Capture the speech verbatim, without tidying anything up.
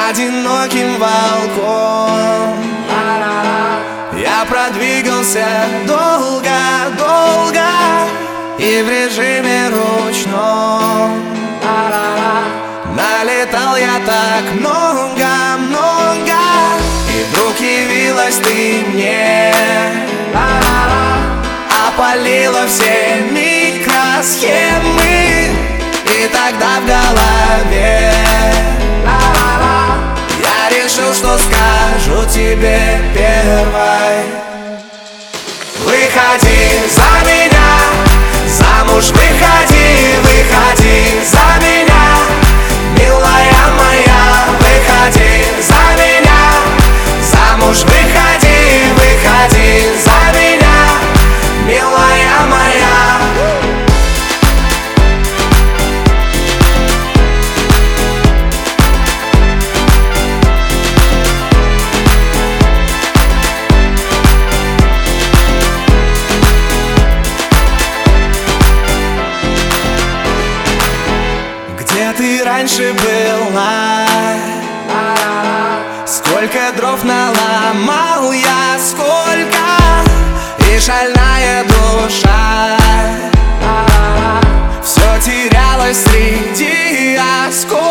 одиноким волком. Я продвигался долго, долго и в режиме ручном. Налетал я так много, много, и вдруг явилась ты мне, опалила все микросхемы. И тогда в голове я решил, что скажу тебе первой: выходи за меня, замуж выходи, выходи за меня, милая моя, выходи за меня, замуж выходи, выходи за меня, милая моя. Где ты раньше была? Сколько дров наломал я, сколько, и шальная душа все терялась среди осколков.